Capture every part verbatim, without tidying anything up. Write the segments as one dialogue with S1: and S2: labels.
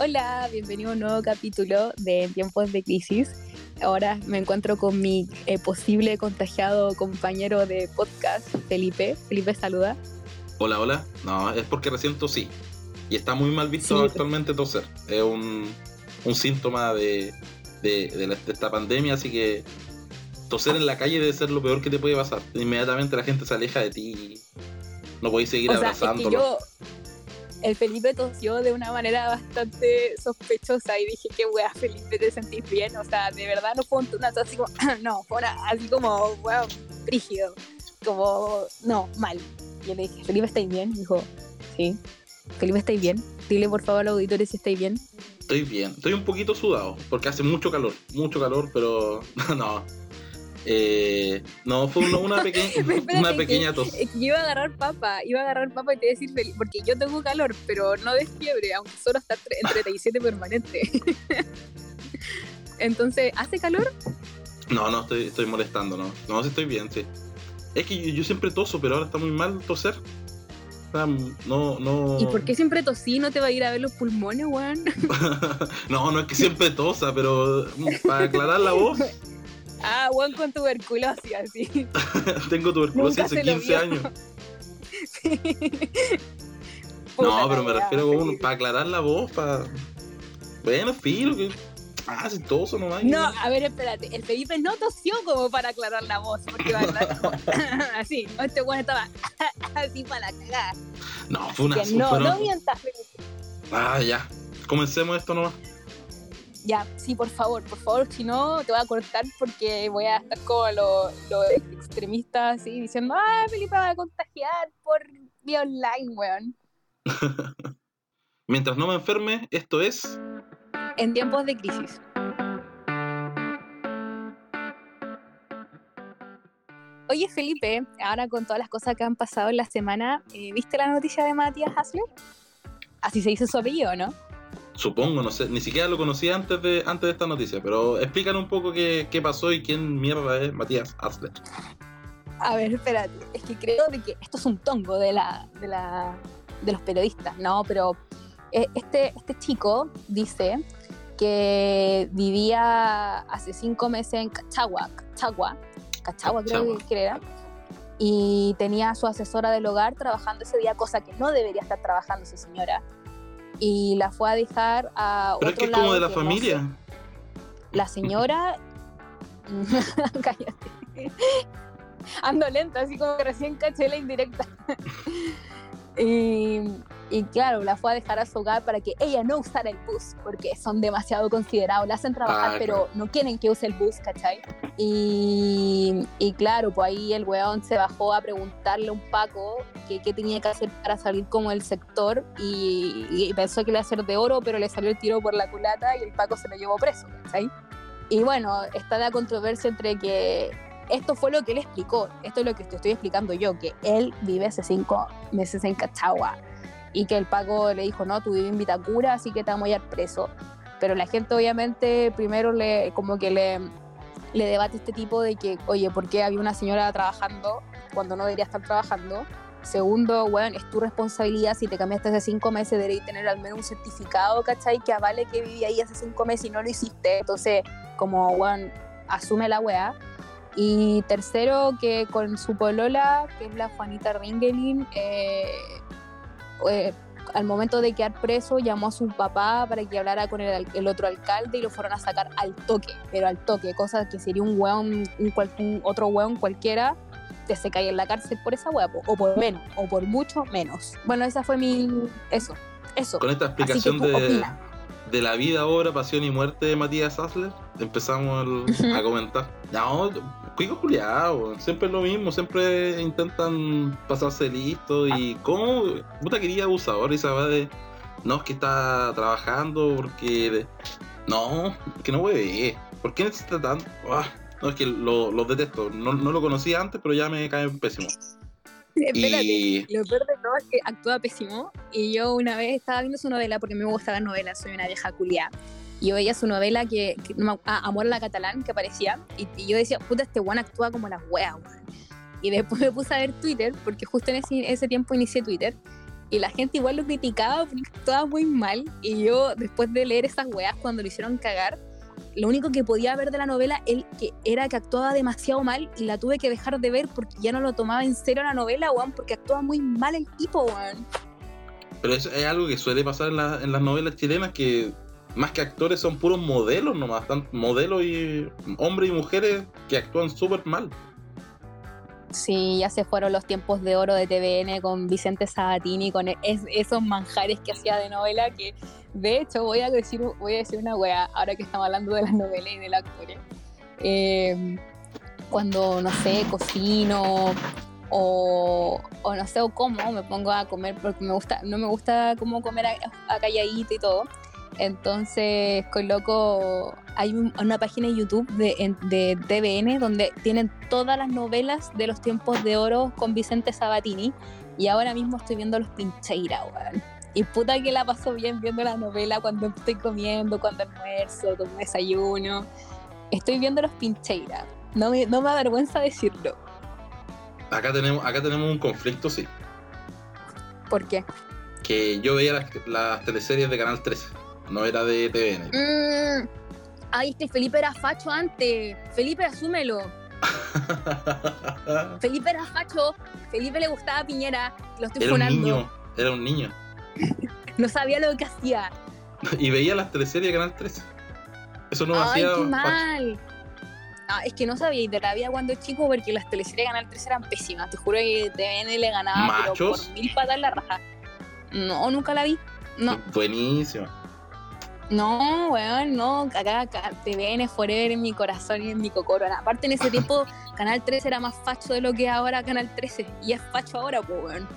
S1: Hola, bienvenido a un nuevo capítulo de En Tiempos de Crisis. Ahora me encuentro con mi eh, posible contagiado compañero de podcast, Felipe. Felipe, saluda.
S2: Hola, hola. No, es porque recién tosí. Y está muy mal visto
S1: Sí,
S2: actualmente toser. Es un, un síntoma de, de, de, la- de esta pandemia, así que toser en la calle debe ser lo peor que te puede pasar. Inmediatamente la gente se aleja de ti y no podéis seguir
S1: o sea, es que
S2: abrazándolo.
S1: yo, el Felipe tosió de una manera bastante sospechosa y dije, qué wea, Felipe, ¿te sentís bien? O sea, de verdad no fue una tos así como, no, fue una- así como, weón, frígido, como, no, mal. Y yo le dije, Felipe, ¿estáis bien? Y dijo, sí. Felipe, ¿estáis bien? Dile por favor a los auditores si estáis bien.
S2: Estoy bien. Estoy un poquito sudado porque hace mucho calor. Mucho calor, pero no. Eh, no, fue una, una, peque- una
S1: Espérate, que,
S2: pequeña tos.
S1: que yo iba a agarrar papa, iba a agarrar papa y te iba a decir feliz, porque yo tengo calor, pero no de fiebre, aunque solo está tre- en treinta y siete permanente. Entonces, ¿hace calor?
S2: No, no, estoy, estoy molestando, no. No, sí estoy bien, sí. Es que yo, yo siempre toso, pero ahora está muy mal toser. O sea, no, no.
S1: ¿Y por qué siempre tosí? ¿No te va a ir a ver los pulmones, weón?
S2: No, no es que siempre tosa, pero para aclarar la voz,
S1: Ah, weón con tuberculosis, así.
S2: tengo tuberculosis
S1: Nunca
S2: hace
S1: se lo
S2: quince
S1: vio.
S2: años.
S1: Sí. Puta
S2: No,
S1: la
S2: pero me
S1: weá,
S2: refiero a
S1: Felipe.
S2: para aclarar la voz, para. Bueno, filo, que. Ah, si toso nomás.
S1: No, a ver, espérate. El Felipe no tosió como para aclarar la voz, porque iba a estar como así. Este weón estaba así para la cagada.
S2: No, fue una.
S1: Que no,
S2: Fueron...
S1: no mientas, Felipe.
S2: Ah, ya. Comencemos esto nomás.
S1: Ya, sí, por favor, por favor, si no te voy a cortar porque voy a estar como los lo extremistas así diciendo, ah, Felipe va a contagiar por vía online, weón.
S2: Mientras no me enferme, esto es.
S1: En tiempos de crisis. Oye, Felipe, ahora con todas las cosas que han pasado en la semana, eh, ¿viste la noticia de Matías Hasler? Así se dice su apellido, ¿no?
S2: Supongo, no sé, ni siquiera lo conocía antes de, antes de esta noticia, pero explícanos un poco qué, qué pasó y quién mierda es Matías Hasler.
S1: A ver, espérate, es que creo de que esto es un tongo de la, de la, de los periodistas, ¿no? Pero eh, este, este chico dice que vivía hace cinco meses en Cachagua, Cachagua, Cachagua creo
S2: Cachagua.
S1: que, que era, y tenía a su asesora del hogar trabajando ese día, cosa que no debería estar trabajando esa señora, y la fue a dejar a
S2: Pero es
S1: otro
S2: que es
S1: lado.
S2: como de la
S1: que no
S2: familia.
S1: sé. La señora... Cállate. Ando lenta, así como que recién caché la indirecta. y, y claro, la fue a dejar a su hogar para que ella no usara el bus, porque son demasiado considerados, la hacen trabajar,
S2: Ah,
S1: pero
S2: claro.
S1: no quieren que use el bus, ¿cachai? Y, y claro, pues ahí el weón se bajó a preguntarle a un Paco que qué tenía que hacer para salir como del sector, y, y pensó que le iba a hacer de oro, pero le salió el tiro por la culata y el Paco se lo llevó preso, ¿cachai? Y bueno, está la controversia entre que esto fue lo que él explicó, esto es lo que te estoy explicando yo, que él vive hace cinco meses en Cachagua y que el Paco le dijo, no, tú vives en Vitacura, así que te vamos a ir preso. Pero la gente obviamente primero le como que le, le debate este tipo de que, oye, ¿por qué había una señora trabajando cuando no debería estar trabajando? Segundo, bueno, es tu responsabilidad, si te cambiaste hace cinco meses deberías tener al menos un certificado, ¿cachai? Que avale que viví ahí hace cinco meses y no lo hiciste. Entonces, como, bueno, asume la weá. Y tercero, que con su polola, que es la Juanita Ringelin, eh, eh, al momento de quedar preso, llamó a su papá para que hablara con el, el otro alcalde y lo fueron a sacar al toque, pero al toque, cosa que sería un weón, un, cual, un otro weón cualquiera, te se cae en la cárcel por esa weá, o por menos, o por mucho menos. Bueno, esa fue mi... eso, eso.
S2: Con esta
S1: Así que
S2: explicación
S1: tú
S2: de,
S1: opina.
S2: de la vida, obra, pasión y muerte de Matías Hasler, empezamos el-
S1: Uh-huh.
S2: a comentar. No, cuico juliado, siempre es lo mismo, siempre intentan pasarse listo y cómo, puta quería abusador y sabe de, no, es que está trabajando porque, no, que no hueve, ¿por qué necesita tanto? Ah, no, es que lo, lo detesto, no, no lo conocía antes, pero ya me cae pésimo.
S1: Espérate,
S2: Y...
S1: lo peor de todo es que actúa pésimo. Y yo una vez estaba viendo su novela, porque a mí me gusta ver novelas, soy una vieja culiá. Y yo veía su novela, que, que ah, Amor a la Catalán, que aparecía. Y, y yo decía, puta, este weón actúa como las weas, weón. Y después me puse a ver Twitter, porque justo en ese, ese tiempo inicié Twitter. y la gente igual lo criticaba porque actuaba muy mal, y yo después de leer esas weas cuando lo hicieron cagar, lo único que podía ver de la novela él, que era que actuaba demasiado mal, y la tuve que dejar de ver porque ya no lo tomaba en serio la novela, weón, porque actuaba muy mal el tipo, weón.
S2: Pero eso es algo que suele pasar en, la, en las novelas chilenas, que más que actores son puros modelos nomás, están modelos y hombres y mujeres que actúan súper mal.
S1: Sí, ya se fueron los tiempos de oro de T V N con Vicente Sabatini, con es, esos manjares que hacía de novela, que de hecho voy a decir, voy a decir una wea, ahora que estamos hablando de las novelas y de los actores. Eh, cuando, no sé, cocino o, o no sé, o como, me pongo a comer porque me gusta, no me gusta como comer a, a calladito y todo. Entonces coloco, hay un, una página de YouTube de, de T V N donde tienen todas las novelas de los tiempos de oro con Vicente Sabatini, y ahora mismo estoy viendo Los Pincheira, weón. Y puta que la paso bien viendo la novela cuando estoy comiendo, cuando almuerzo, tomo desayuno. Estoy viendo Los Pincheira, no me, no me avergüenza decirlo.
S2: Acá tenemos, acá tenemos un conflicto, sí.
S1: ¿Por qué?
S2: Que yo veía las, las teleseries de Canal trece. No era de T V N.
S1: Mm, ay, es que Felipe era facho antes. Felipe, asúmelo. Felipe era facho. Felipe le gustaba Piñera. Lo estoy
S2: Era un
S1: funando.
S2: niño, era un niño.
S1: No sabía lo que hacía.
S2: Y veía las teleseries de Canal trece. Eso no
S1: Ay,
S2: hacía
S1: qué
S2: facho.
S1: mal. Ah, es que no sabía de la vida cuando chico, porque las teleseries de Canal trece eran pésimas. Te juro que T V N le ganaba pero por mil patas en la raja. No, nunca la vi. No.
S2: Buenísima.
S1: No, weón, no, acá, acá T V N forever en mi corazón y en mi cocoro. Aparte, en ese tiempo Canal trece era más facho de lo que es ahora Canal trece, y es facho ahora, pues, weón.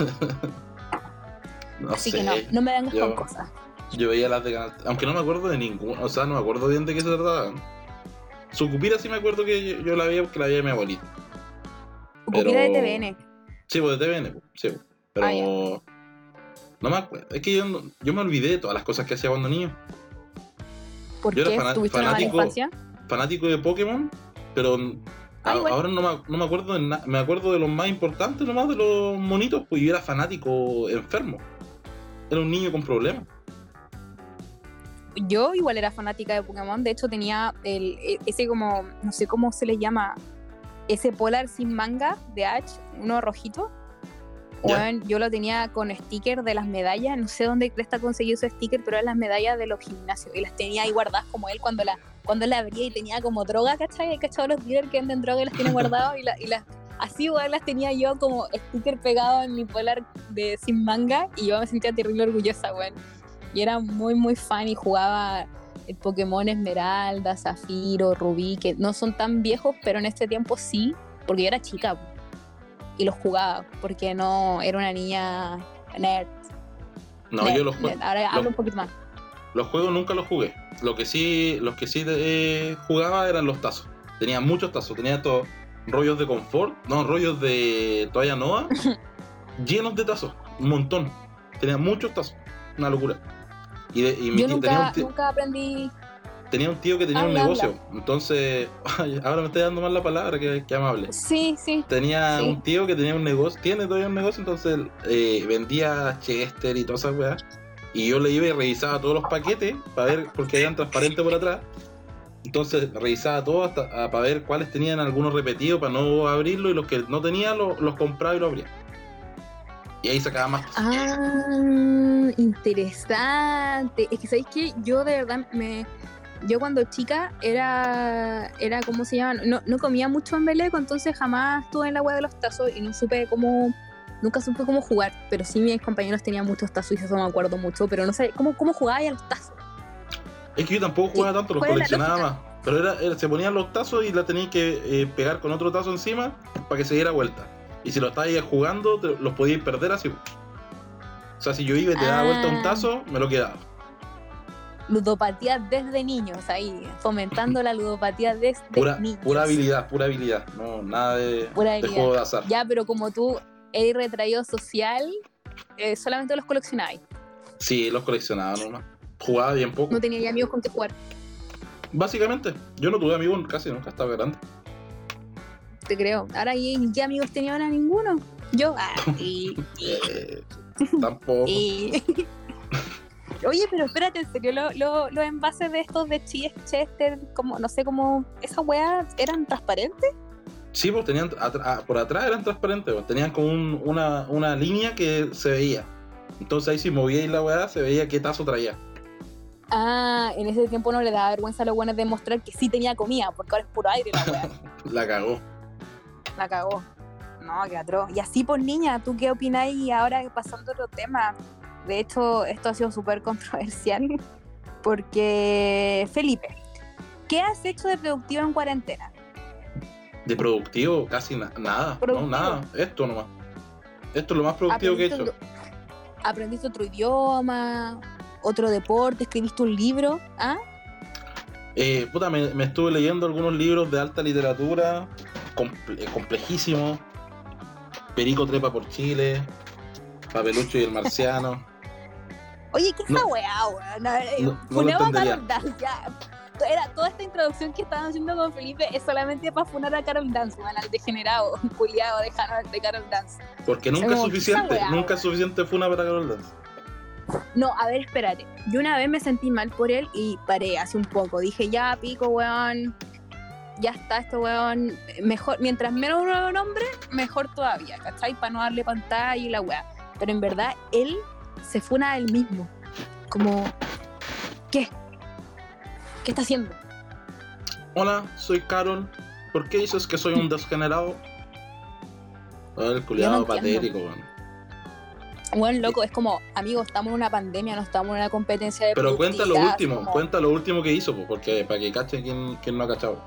S2: No
S1: Así
S2: sé.
S1: que no, no me vengas
S2: yo,
S1: con cosas.
S2: Yo veía las de Canal trece, aunque no me acuerdo de ninguna, o sea, no me acuerdo bien de qué se trataba. Sucupira sí me acuerdo que yo, yo la veía porque la veía mi abuelita.
S1: Sucupira de T V N.
S2: Sí, pues de T V N, pues, sí, pues. Pero
S1: Ah, yeah.
S2: No me acuerdo, es que yo, no, yo me olvidé de todas las cosas que hacía cuando niño.
S1: ¿Por
S2: Yo
S1: qué?
S2: era
S1: ¿Tuviste una mala
S2: fanático,
S1: infancia?
S2: fanático de Pokémon, pero
S1: Ah,
S2: a,
S1: igual.
S2: ahora no me, no me acuerdo de nada. Me acuerdo de los más importantes nomás, de los monitos, pues yo era fanático enfermo. Era un niño con problemas.
S1: Yo igual era fanática de Pokémon. De hecho, tenía el, ese como, no sé cómo se le llama, ese polar sin manga de Ash, uno rojito. Bueno, yo lo tenía con sticker de las medallas, no sé dónde Cresta consiguió ese sticker, pero eran las medallas de los gimnasios, y las tenía ahí guardadas como él cuando la cuando la abría y tenía como droga, ¿cachai? ¿Cachai? Los dealers que venden droga y las tienen guardadas, y, la, y las así igual las tenía yo como sticker pegado en mi polar de sin manga, y yo me sentía terrible orgullosa, weón. Y era muy muy fan y jugaba el Pokémon Esmeralda, Zafiro, Rubí, que no son tan viejos, pero en este tiempo sí, porque yo era chica, y los jugaba, porque no era una niña nerd.
S2: No,
S1: nerd,
S2: yo los juegos.
S1: Ahora
S2: los,
S1: hablo un poquito más.
S2: Los juegos nunca los jugué. Lo que sí, los que sí eh, jugaba eran los tazos. Tenía muchos tazos, tenía estos rollos de confort, no, rollos de toalla Noa, llenos de tazos, un montón. Tenía muchos tazos, una locura. Y, de, y mi
S1: yo
S2: tío,
S1: nunca,
S2: tenía, un tío,
S1: nunca aprendí.
S2: tenía un tío que tenía
S1: habla,
S2: un negocio,
S1: habla.
S2: entonces, ahora me estoy dando mal la palabra, que, que amable.
S1: Sí, sí.
S2: Tenía
S1: sí.
S2: un tío que tenía un negocio, tiene todavía un negocio, entonces eh, vendía Chester y todas esas weas. Y yo le iba y revisaba todos los paquetes para ver, porque eran transparentes por atrás. Entonces revisaba todo hasta a, para ver cuáles tenían algunos repetidos para no abrirlo, y los que no tenía lo, los compraba y los abría. Y ahí sacaba más.
S1: Ah, interesante. Es que sabéis que yo de verdad me. Yo cuando chica era, era ¿cómo se llama? No, no comía mucho en Beleco, entonces jamás estuve en la web de los tazos y no supe cómo, nunca supe cómo jugar, pero sí mis compañeros tenían muchos tazos y eso me acuerdo mucho, pero no sé, ¿cómo, cómo jugaba a los tazos?
S2: Es que yo tampoco jugaba tanto, los coleccionaba más. Pero era, era, se ponían los tazos y la tenías que eh, pegar con otro tazo encima para que se diera vuelta. Y si lo estabas jugando, te, los podías perder así. O sea, si yo iba y te daba ah. vuelta un tazo, me lo quedaba.
S1: Ludopatía desde niños, ahí, fomentando la ludopatía desde
S2: pura,
S1: niños.
S2: Pura habilidad, pura habilidad, no, nada de, de juego de azar.
S1: Ya, pero como tú eres retraído social, eh, solamente los coleccionabas.
S2: Sí, los coleccionaba nomás. Jugaba bien poco.
S1: No tenía amigos con que jugar.
S2: Básicamente, yo no tuve amigos casi, nunca estaba grande.
S1: Te creo. Ahora, ¿y qué amigos tenía ahora? Ninguno. Yo, ah, y, y...
S2: Tampoco.
S1: Y... Oye, pero espérate, ¿en serio lo, lo, los envases de estos de Cheese Chester, como, no sé, como esas weas eran transparentes?
S2: Sí, pues tenían, a, a, por atrás eran transparentes, pues, tenían como un, una, una línea que se veía. Entonces ahí si movíais la weá, se veía qué tazo traía.
S1: Ah, en ese tiempo no le daba vergüenza a los buenos de mostrar que sí tenía comida, porque ahora es puro aire la wea.
S2: La cagó.
S1: La cagó. No, qué atroz. Y así, pues, niña, ¿tú qué opináis? Y ahora pasando a otro tema. De hecho, esto ha sido súper controversial. Porque, Felipe, ¿qué has hecho de productivo en cuarentena?
S2: De productivo, casi na- nada.
S1: Productivo.
S2: No, nada. Esto nomás. Esto es lo más productivo que he hecho.
S1: Otro, ¿Aprendiste otro idioma? ¿Otro deporte? ¿Escribiste un libro? ¿Ah?
S2: Eh, puta, me, me estuve leyendo algunos libros de alta literatura, comple- complejísimos. Perico trepa por Chile, Papelucho y el marciano.
S1: Oye, ¿qué es
S2: No.
S1: esa weá, weón? No, eh,
S2: No- no lo
S1: funemos a
S2: entendería.
S1: Carol Dance, ya. Era, toda esta introducción que estaban haciendo con Felipe es solamente para funar a Carol Dance, weón, al degenerado, culiado de, Jan- de Carol Dance.
S2: Porque nunca es
S1: Como, ¿qué esa
S2: suficiente,
S1: weá,
S2: nunca es
S1: weón?
S2: suficiente funa para Carol Dance.
S1: No, a ver, espérate. Yo una vez me sentí mal por él y paré hace un poco. Dije, ya, pico, weón. Ya está esto, weón. Mejor, mientras menos uno nombre, mejor todavía, ¿cachai? Para no darle pantalla y la weá. Pero en verdad, él se funa a él mismo. Como, ¿qué? ¿Qué está haciendo?
S2: Hola, soy Carol. ¿Por qué dices que soy un desgenerado? Oh, el culiado
S1: Yo no entiendo.
S2: patético, weón.
S1: Bueno, loco, es como, amigos, estamos en una pandemia, no estamos en una competencia de
S2: Pero cuenta lo
S1: productividad,
S2: último,
S1: así como-
S2: cuenta lo último que hizo, pues, porque para que cachen quién, quién no ha cachado.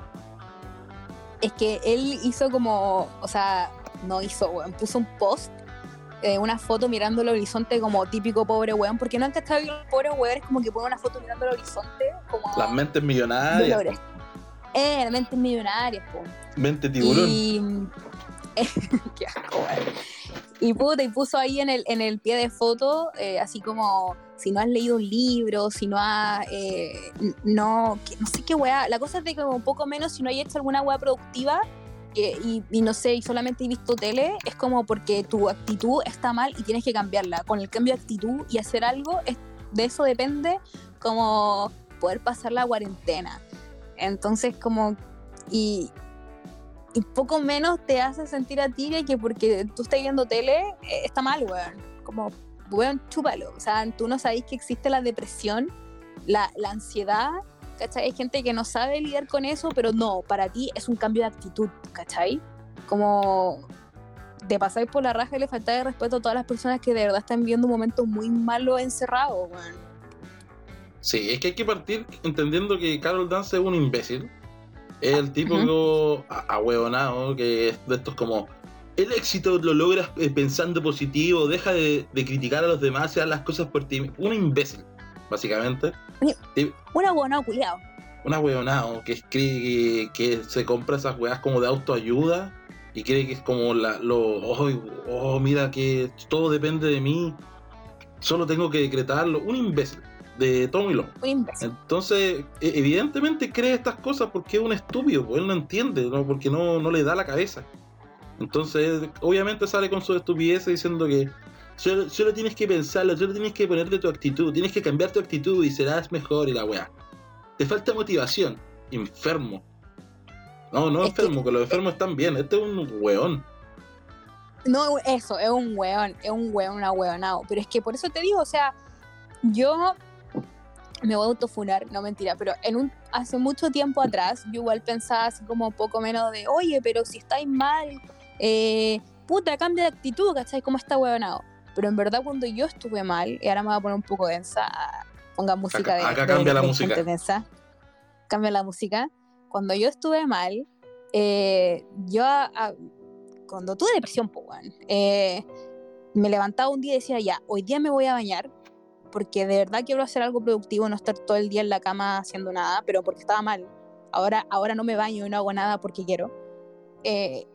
S1: Es que él hizo como, o sea, no hizo, weón, puso un post, eh, una foto mirando el horizonte como típico pobre weón, porque no han cachado que los pobres weones como que ponen una foto mirando el horizonte, como...
S2: Las mentes millonarias,
S1: dolores. Eh, mentes millonarias, po.
S2: mente tiburón.
S1: Y... Qué asco, weón. Y puta, y puso ahí en el, en el pie de foto, eh, así como, si no has leído un libro, si no has, eh, no, que, no sé qué weá, la cosa es de que un poco menos, si no hay hecho alguna weá productiva, eh, y, y no sé, y solamente he visto tele, es como porque tu actitud está mal y tienes que cambiarla. Con el cambio de actitud y hacer algo, es, de eso depende como poder pasar la cuarentena. Entonces, como, y... y poco menos te hace sentir a ti de que porque tú estás viendo tele, eh, está mal, weón. Como, weón, chúpalo. O sea, tú no sabéis que existe la depresión, la, la ansiedad, ¿cachai? Hay gente que no sabe lidiar con eso, pero no, para ti es un cambio de actitud, ¿cachai? Como de pasar por la raja y le falta de respeto a todas las personas que de verdad están viviendo momentos muy malos encerrados, weón.
S2: Sí, es que hay que partir entendiendo que Carol Dance es un imbécil. Es el tipo
S1: Ujú.
S2: ahueonado, que es de estos como... El éxito lo logras eh, pensando positivo, deja de, de criticar a los demás y haz las cosas por ti. Un imbécil, básicamente. Y
S1: Una buena culiao.
S2: un ahueonado que cree que, que se compra esas weas como de autoayuda y cree que es como la, lo... Oh, oh, mira que todo depende de mí, solo tengo que decretarlo. Un imbécil, de tomo y lomo.
S1: Un imbécil.
S2: Entonces, evidentemente cree estas cosas porque es un estúpido, pues él no entiende, ¿no? Porque no, no le da la cabeza. Entonces, obviamente sale con su estupidez diciendo que solo, solo tienes que pensarlo, solo tienes que ponerte tu actitud, tienes que cambiar tu actitud y serás mejor y la weá. Te falta motivación, enfermo. No, no
S1: Es
S2: enfermo,
S1: que-
S2: que los enfermos están bien, este es un weón.
S1: No, eso, es un weón, es un weón, un ahueonado. Pero es que por eso te digo, o sea, yo me voy a autofunar, no mentira, pero en un hace mucho tiempo atrás yo igual pensaba así como poco menos de, oye, pero si estáis mal, eh, puta, cambia de actitud, ¿cachai? ¿Cómo está huevonado? Pero en verdad cuando yo estuve mal, y ahora me voy a poner un poco densa, ponga música de,
S2: Acá, acá
S1: de,
S2: cambia la
S1: de
S2: música.
S1: gente densa, cambia la música. Cuando yo estuve mal, eh, yo, a, a, cuando tuve depresión, pues, bueno, eh, me levantaba un día y decía, ya, hoy día me voy a bañar, porque de verdad quiero hacer algo productivo, no estar todo el día en la cama haciendo nada, pero porque estaba mal. Ahora, ahora no me baño y no hago nada porque quiero. Eh,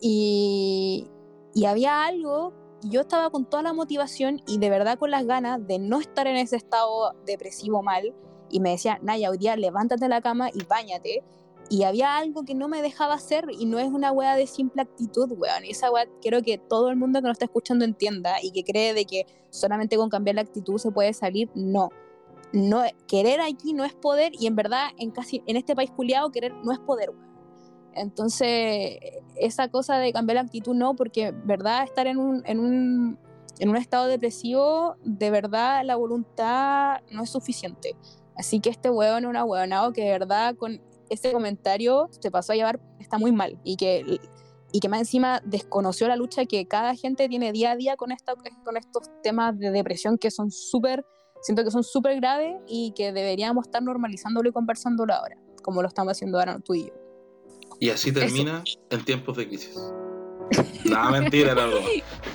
S1: y, y había algo, yo estaba con toda la motivación y de verdad con las ganas de no estar en ese estado depresivo mal, y me decía, Naya, hoy día levántate de la cama y báñate. y había algo que no me dejaba hacer, y no es una wea de simple actitud, weón. Esa wea quiero que todo el mundo que nos está escuchando entienda, y que cree de que solamente con cambiar la actitud se puede salir. No, no, querer aquí no es poder, y en verdad en casi en este país culiado querer no es poder, weón. Entonces esa cosa de cambiar la actitud no, porque verdad estar en un, en un, en un estado depresivo, de verdad la voluntad no es suficiente. Así que este weón es un ahueonado que de verdad con ese comentario se pasó a llevar, está muy mal, y que, y que más encima desconoció la lucha que cada gente tiene día a día con, esta, con estos temas de depresión que son súper, siento que son súper graves, y que deberíamos estar normalizándolo y conversándolo ahora, como lo estamos haciendo ahora tú y yo.
S2: Y así termina Eso. En tiempos de crisis. Nada, mentira, era algo.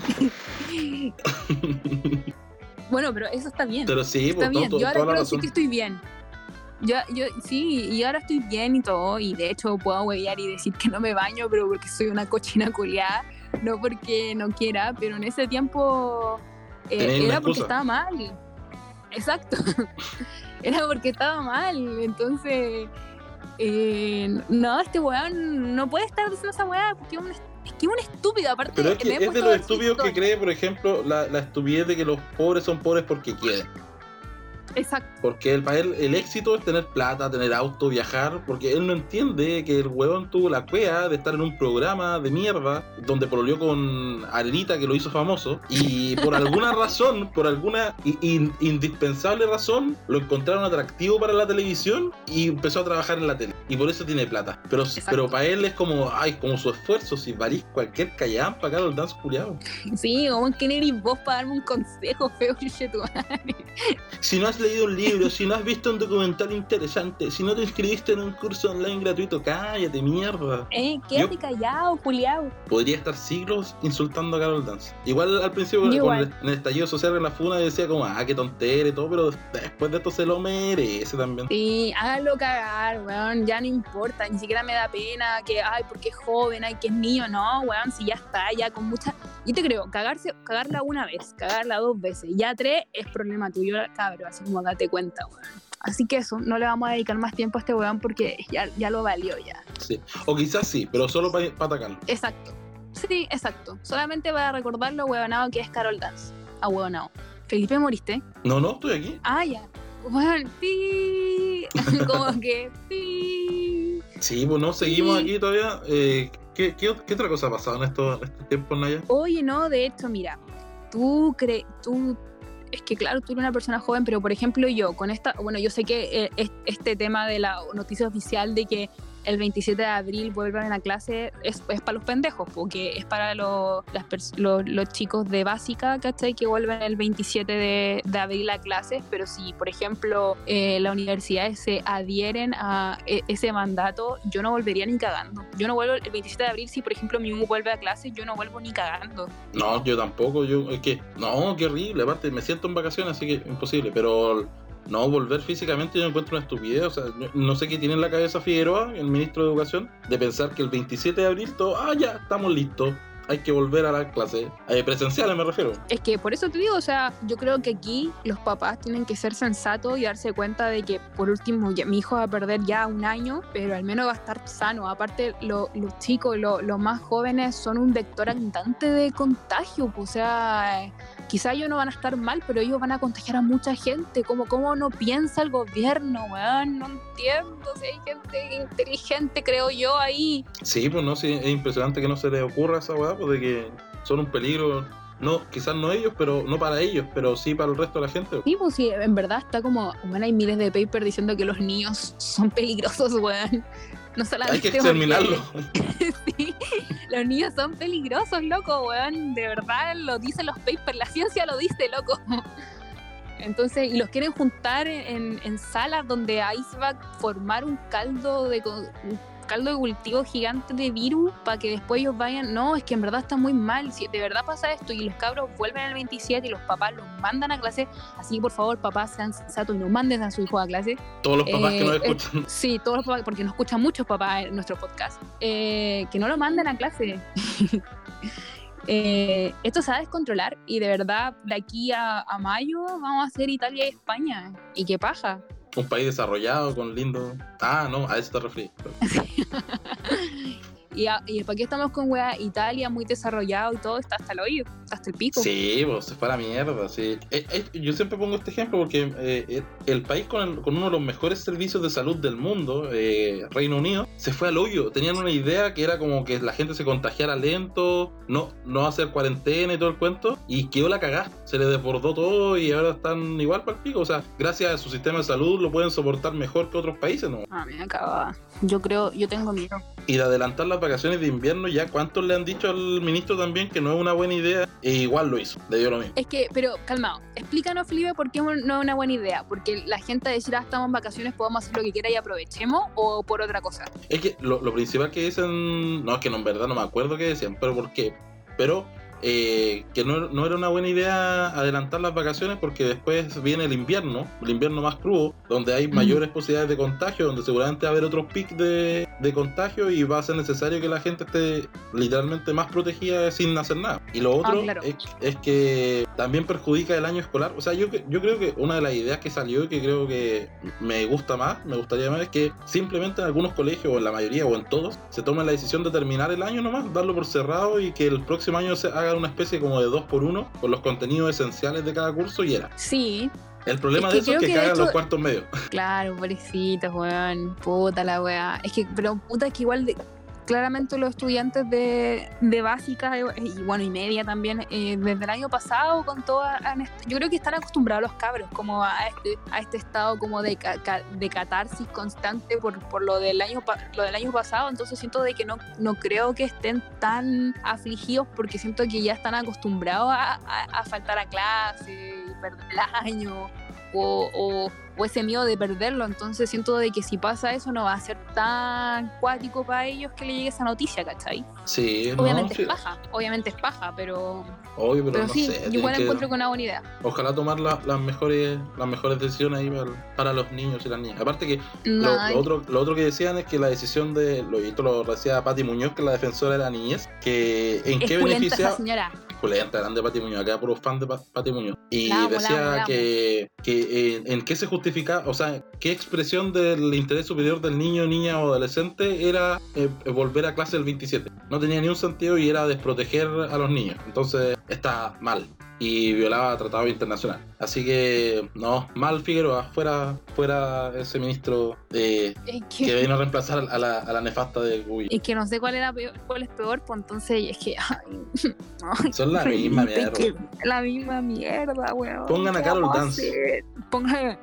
S1: Bueno, pero eso está bien.
S2: Pero sí,
S1: está
S2: pues,
S1: bien.
S2: No,
S1: yo ahora quiero decir que estoy bien. Yo, yo, sí, y ahora estoy bien y todo, y de hecho puedo huevear y decir que no me baño, pero porque soy una cochina culiada, no porque no quiera, pero en ese tiempo eh, era porque estaba mal. Exacto. Era porque estaba mal, entonces eh, no, este weón no puede estar diciendo esa weá porque es un, es que es un estúpido, aparte.
S2: Pero es que es de los estúpidos que cree, por ejemplo, la, la estupidez de que los pobres son pobres porque quieren.
S1: Exacto.
S2: Porque el, para él el éxito es tener plata, tener auto, viajar, porque él no entiende que el huevón tuvo la cueva de estar en un programa de mierda donde pololeó con Arenita, que lo hizo famoso, y por alguna razón, por alguna in, indispensable razón, lo encontraron atractivo para la televisión y empezó a trabajar en la tele, y por eso tiene plata. Pero, pero para él es como, ay, como su esfuerzo, si valís cualquier callampa, acá el dance culiado.
S1: Sí, como ¿quién eres vos para darme un consejo feo, chuche tu madre?
S2: Si no has leído un libro, si no has visto un documental interesante, si no te inscribiste en un curso online gratuito, cállate, mierda.
S1: Eh, quédate Yo callado, culiao.
S2: Podría estar siglos insultando a Carol Dance. Igual al principio, Igual. con el, el estallido social en la funa, decía como, ah, qué tontera y todo, pero después de esto se lo merece también.
S1: Sí, hágalo cagar, weón, ya no importa, ni siquiera me da pena que, ay, porque es joven, ay, que es niño, no, weón, si ya está, ya con mucha... Yo te creo, cagarse, cagarla una vez, cagarla dos veces, ya tres es problema tuyo, cabrón, así como date cuenta, weón. Así que eso, no le vamos a dedicar más tiempo a este weón porque ya, ya lo valió ya.
S2: Sí, o quizás sí, pero solo para pa atacarlo.
S1: Exacto, sí, exacto. Solamente para recordar lo huevonado que es Carol Dance. A huevonado. Felipe, ¿moriste?
S2: No, no, estoy aquí.
S1: Ah, ya. Bueno, sí. Como que sí.
S2: Sí, pues no, seguimos sí. aquí todavía. Eh, ¿qué, qué, ¿Qué otra cosa ha pasado en estos, en estos tiempos, Naya?
S1: Oye, no, de hecho, mira, tú crees, tú... Es que claro, tú eres una persona joven, pero por ejemplo yo, con esta, bueno, yo sé que eh, este tema de la noticia oficial de que el veintisiete de abril vuelvan a clase es, es para los pendejos, porque es para lo, las pers- lo, los chicos de básica, ¿cachai? Que vuelven el veintisiete de, de abril a clases, pero si, por ejemplo, eh, las universidades se adhieren a e- ese mandato, yo no volvería ni cagando. Yo no vuelvo el veintisiete de abril, si por ejemplo mi U vuelve a clases, yo no vuelvo ni cagando.
S2: No, yo tampoco, yo, es que, no, qué horrible, aparte me siento en vacaciones, así que imposible, pero... No, volver físicamente yo encuentro una estupidez. O sea, no sé qué tiene en la cabeza Figueroa, el ministro de Educación, de pensar que el veintisiete de abril todo, ah, ya, estamos listos, hay que volver a las clases eh, presenciales, me refiero.
S1: Es que por eso te digo, o sea, yo creo que aquí los papás tienen que ser sensatos y darse cuenta de que por último ya, mi hijo va a perder ya un año, pero al menos va a estar sano. Aparte, lo, los chicos, lo, los más jóvenes son un vector andante de contagio, pues, o sea, quizá ellos no van a estar mal, pero ellos van a contagiar a mucha gente. ¿Cómo, cómo no piensa el gobierno, weón? No entiendo, si hay gente inteligente, creo yo, ahí.
S2: Sí, pues no, sí, es impresionante que no se les ocurra esa weá, pues de que son un peligro, no, quizás no ellos, pero no para ellos, pero sí para el resto de la gente.
S1: Sí, pues sí, en verdad está como, bueno, hay miles de papers diciendo que los niños son peligrosos, weón. No solamente
S2: hay que exterminarlos.
S1: Sí, los niños son peligrosos, loco, weón. De verdad lo dicen los papers, la ciencia lo dice, loco. Entonces, y los quieren juntar en, en salas donde ahí se va a formar un caldo de un caldo de cultivo gigante de virus para que después ellos vayan. No, es que en verdad está muy mal. Si de verdad pasa esto y los cabros vuelven el veintisiete y los papás los mandan a clase, así que por favor, papás, sean sensatos y no manden a su hijo a clase.
S2: Todos los papás
S1: eh,
S2: que nos escuchan.
S1: Eh, sí, todos los papás, porque nos escuchan muchos papás en nuestro podcast. Eh, que no lo manden a clase. Eh, esto se va a descontrolar y de verdad de aquí a, a mayo vamos a hacer Italia y España. ¿Y qué paja?
S2: un país desarrollado con lindo... Ah, no, a eso te refieres.
S1: Y, a, y ¿para qué estamos con weá? Italia muy desarrollado y todo, está hasta el hoyo, hasta el pico.
S2: Sí, pues se fue a la mierda, sí. Eh, eh, yo siempre pongo este ejemplo porque eh, el país con, el, con uno de los mejores servicios de salud del mundo, eh, Reino Unido, se fue al hoyo. Tenían una idea que era como que la gente se contagiara lento, no, no hacer cuarentena y todo el cuento, y quedó la cagada. Se le desbordó todo y ahora están igual para el pico. O sea, gracias a su sistema de salud lo pueden soportar mejor que otros países, ¿no?
S1: Ah, me acaba. Yo creo, yo tengo miedo.
S2: Y de adelantar las vacaciones de invierno, ya cuántos le han dicho al ministro también que no es una buena idea, e igual lo hizo, le dio lo mismo.
S1: Es que, pero calmado, explícanos, Felipe, por qué no es una buena idea. Porque la gente a decir, ah, estamos en vacaciones, podemos hacer lo que quiera y aprovechemos, o por otra cosa.
S2: Es que lo, lo principal que dicen, no, es que no, en verdad no me acuerdo qué decían, pero por qué, pero eh, que no, no era una buena idea adelantar las vacaciones porque después viene el invierno, el invierno más crudo, donde hay mayores mm. posibilidades de contagio, donde seguramente va a haber otros picos de, de contagio y va a ser necesario que la gente esté literalmente más protegida sin hacer nada. Y lo otro ah, claro. es, es que también perjudica el año escolar. O sea, yo, yo creo que una de las ideas que salió y que creo que me gusta más, me gustaría más, es que simplemente en algunos colegios, o en la mayoría, o en todos, se tome la decisión de terminar el año nomás, darlo por cerrado y que el próximo año se haga una especie como de dos por uno con los contenidos esenciales de cada curso y era.
S1: Sí.
S2: El problema
S1: es
S2: de eso es que, que cagan
S1: hecho,
S2: los cuartos medios.
S1: Claro, pobrecitos, weón. Puta la weá. Es que, pero puta, es que igual de, claramente los estudiantes de, de básica y bueno, y media también, eh, desde el año pasado con toda, yo creo que están acostumbrados los cabros como a este, a este estado como de, de catarsis constante por, por lo del año lo del año pasado, entonces siento de que no, no creo que estén tan afligidos porque siento que ya están acostumbrados a, a, a faltar a clase y perder el año o, o o ese miedo de perderlo, entonces siento de que si pasa eso no va a ser tan cuático para ellos que le llegue esa noticia, ¿cachai?
S2: Sí,
S1: obviamente
S2: no,
S1: es paja, obviamente es paja, pero
S2: obvio, pero,
S1: pero
S2: no
S1: sí,
S2: sé,
S1: yo igual
S2: que,
S1: encuentro que una buena idea.
S2: Ojalá tomar la, las mejores las mejores decisiones ahí para, para los niños y las niñas. Aparte que
S1: no,
S2: lo, lo otro lo otro que decían es que la decisión de, lo, esto lo decía Pati Muñoz, que es la defensora de la niñez, que en
S1: es
S2: qué beneficia
S1: esa señora.
S2: Julieta, grande Pati Muñoz, acá puro fan de Pati Muñoz. Y
S1: la amo,
S2: decía
S1: la amo, la
S2: que, que en, en qué se justifica, o sea, qué expresión del interés superior del niño, niña o adolescente era eh, volver a clase el veintisiete. No tenía ni un sentido y era desproteger a los niños. Entonces está mal y violaba tratado internacional. Así que, no, mal Figueroa, fuera, fuera ese ministro eh, es que, que vino a reemplazar a la, a la nefasta de Guy.
S1: Es que no sé cuál era peor, cuál es peor, pues entonces es que ay,
S2: ay, son la misma mierda.
S1: Que, la misma mierda, weón.
S2: Pongan a Carol Dance.
S1: Pongan.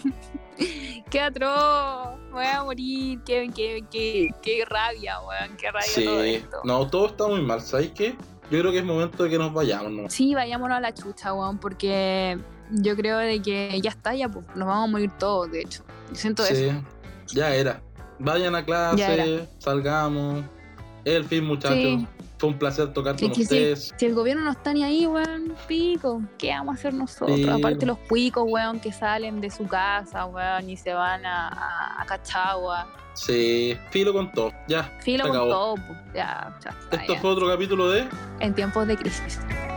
S1: Qué atroz, voy a morir, qué, qué, qué, qué rabia, weón, qué rabia
S2: sí.
S1: todo esto.
S2: No, todo está muy mal, ¿sabes qué? Yo creo que es momento de que nos vayamos, ¿no?
S1: Sí, vayámonos a la chucha, weón, porque yo creo de que ya está, ya pues, nos vamos a morir todos, de hecho. Yo siento
S2: sí,
S1: eso.
S2: Ya era. Vayan a clase, salgamos. Es el fin, muchachos. Sí. Fue un placer tocar con
S1: si,
S2: ustedes.
S1: Si, si el gobierno no está ni ahí, weón, pico, ¿qué vamos a hacer nosotros? Sí. Aparte los cuicos, weón, que salen de su casa, weón, y se van a, a, a Cachagua.
S2: Sí, filo con todo, ya.
S1: Filo con todo, ya, ya está.
S2: Esto
S1: ya.
S2: fue otro capítulo de
S1: En tiempos de crisis.